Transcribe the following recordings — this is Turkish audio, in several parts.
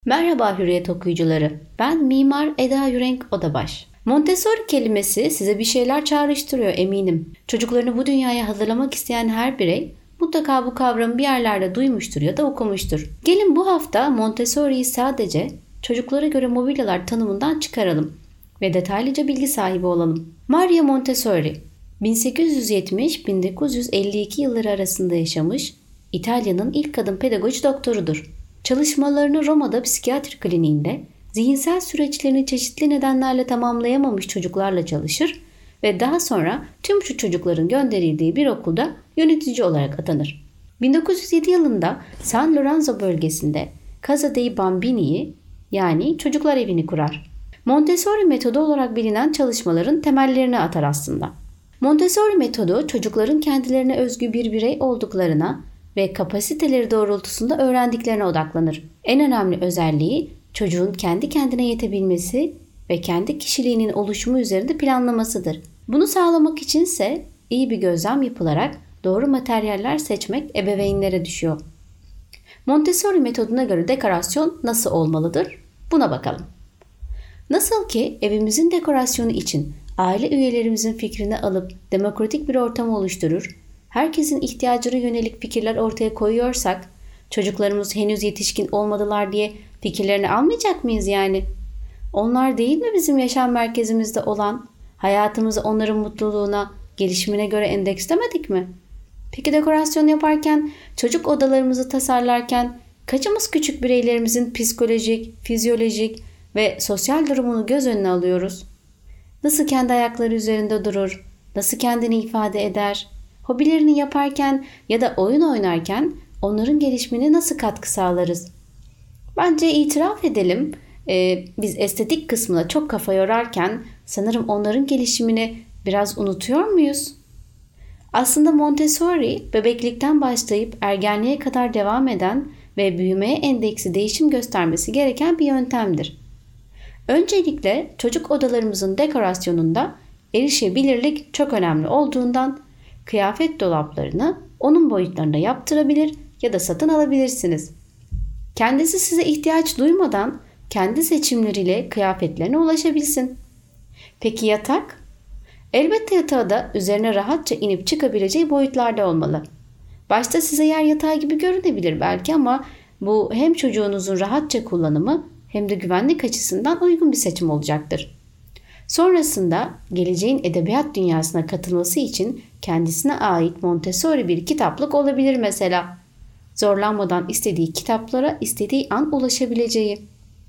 Merhaba Hürriyet okuyucuları. Ben Mimar Eda Yürenk Odabaş. Montessori kelimesi size bir şeyler çağrıştırıyor eminim. Çocuklarını bu dünyaya hazırlamak isteyen her birey mutlaka bu kavramı bir yerlerde duymuştur ya da okumuştur. Gelin bu hafta Montessori'yi sadece çocuklara göre mobilyalar tanımından çıkaralım ve detaylıca bilgi sahibi olalım. Maria Montessori 1870-1952 yılları arasında yaşamış, İtalya'nın ilk kadın pedagoji doktorudur. Çalışmalarını Roma'da psikiyatri kliniğinde zihinsel süreçlerini çeşitli nedenlerle tamamlayamamış çocuklarla çalışır ve daha sonra tüm şu çocukların gönderildiği bir okulda yönetici olarak atanır. 1907 yılında San Lorenzo bölgesinde Casa dei Bambini'yi yani çocuklar evini kurar. Montessori metodu olarak bilinen çalışmaların temellerini atar aslında. Montessori metodu çocukların kendilerine özgü bir birey olduklarına ve kapasiteleri doğrultusunda öğrendiklerine odaklanır. En önemli özelliği çocuğun kendi kendine yetebilmesi ve kendi kişiliğinin oluşumu üzerinde planlamasıdır. Bunu sağlamak içinse iyi bir gözlem yapılarak doğru materyaller seçmek ebeveynlere düşüyor. Montessori metoduna göre dekorasyon nasıl olmalıdır? Buna bakalım. Nasıl ki evimizin dekorasyonu için aile üyelerimizin fikrini alıp demokratik bir ortam oluşturur, herkesin ihtiyacına yönelik fikirler ortaya koyuyorsak, çocuklarımız henüz yetişkin olmadılar diye fikirlerini almayacak mıyız yani? Onlar değil mi bizim yaşam merkezimizde olan, hayatımızı onların mutluluğuna, gelişimine göre endekslemedik mi? Peki dekorasyon yaparken, çocuk odalarımızı tasarlarken kaçımız küçük bireylerimizin psikolojik, fizyolojik ve sosyal durumunu göz önüne alıyoruz? Nasıl kendi ayakları üzerinde durur, nasıl kendini ifade eder, hobilerini yaparken ya da oyun oynarken onların gelişimine nasıl katkı sağlarız? Bence itiraf edelim, biz estetik kısmına çok kafa yorarken sanırım onların gelişimini biraz unutuyor muyuz? Aslında Montessori bebeklikten başlayıp ergenliğe kadar devam eden ve büyümeye endeksi değişim göstermesi gereken bir yöntemdir. Öncelikle çocuk odalarımızın dekorasyonunda erişebilirlik çok önemli olduğundan kıyafet dolaplarını onun boyutlarında yaptırabilir ya da satın alabilirsiniz. Kendisi size ihtiyaç duymadan kendi seçimleriyle kıyafetlerine ulaşabilsin. Peki yatak? Elbette yatağı da üzerine rahatça inip çıkabileceği boyutlarda olmalı. Başta size yer yatağı gibi görünebilir belki ama bu hem çocuğunuzun rahatça kullanımı hem de güvenlik açısından uygun bir seçim olacaktır. Sonrasında geleceğin edebiyat dünyasına katılması için kendisine ait Montessori bir kitaplık olabilir mesela. Zorlanmadan istediği kitaplara istediği an ulaşabileceği.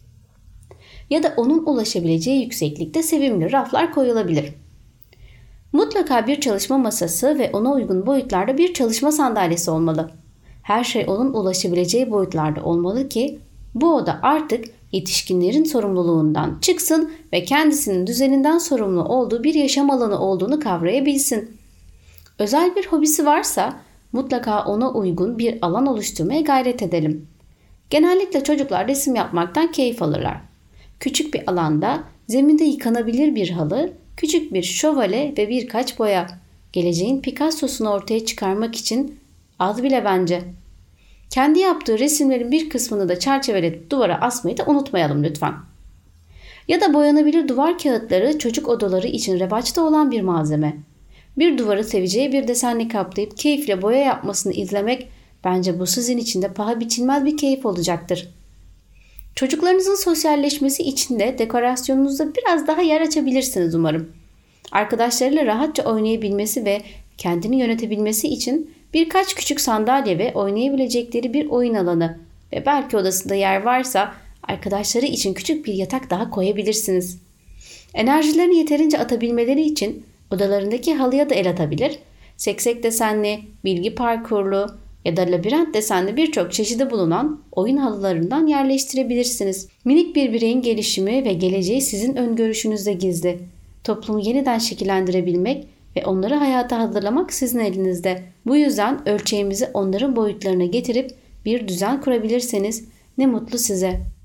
Ya da onun ulaşabileceği yükseklikte sevimli raflar koyulabilir. Mutlaka bir çalışma masası ve ona uygun boyutlarda bir çalışma sandalyesi olmalı. Her şey onun ulaşabileceği boyutlarda olmalı ki bu oda artık yetişkinlerin sorumluluğundan çıksın ve kendisinin düzeninden sorumlu olduğu bir yaşam alanı olduğunu kavrayabilsin. Özel bir hobisi varsa mutlaka ona uygun bir alan oluşturmaya gayret edelim. Genellikle çocuklar resim yapmaktan keyif alırlar. Küçük bir alanda zeminde yıkanabilir bir halı, küçük bir şövalye ve birkaç boya. Geleceğin Picasso'sunu ortaya çıkarmak için az bile bence. Kendi yaptığı resimlerin bir kısmını da çerçeveletip duvara asmayı da unutmayalım lütfen. Ya da boyanabilir duvar kağıtları çocuk odaları için revaçta olan bir malzeme. Bir duvarı seveceği bir desenle kaplayıp keyifle boya yapmasını izlemek bence bu sizin için de paha biçilmez bir keyif olacaktır. Çocuklarınızın sosyalleşmesi için de dekorasyonunuzda biraz daha yer açabilirsiniz umarım. Arkadaşlarıyla rahatça oynayabilmesi ve kendini yönetebilmesi için birkaç küçük sandalye ve oynayabilecekleri bir oyun alanı ve belki odasında yer varsa arkadaşları için küçük bir yatak daha koyabilirsiniz. Enerjilerini yeterince atabilmeleri için odalarındaki halıya da el atabilir, seksek desenli, bilgi parkurlu ya da labirent desenli birçok çeşidi bulunan oyun halılarından yerleştirebilirsiniz. Minik bir bireyin gelişimi ve geleceği sizin öngörüşünüzde gizli. Toplumu yeniden şekillendirebilmek ve onları hayata hazırlamak sizin elinizde. Bu yüzden ölçeğimizi onların boyutlarına getirip bir düzen kurabilirseniz ne mutlu size.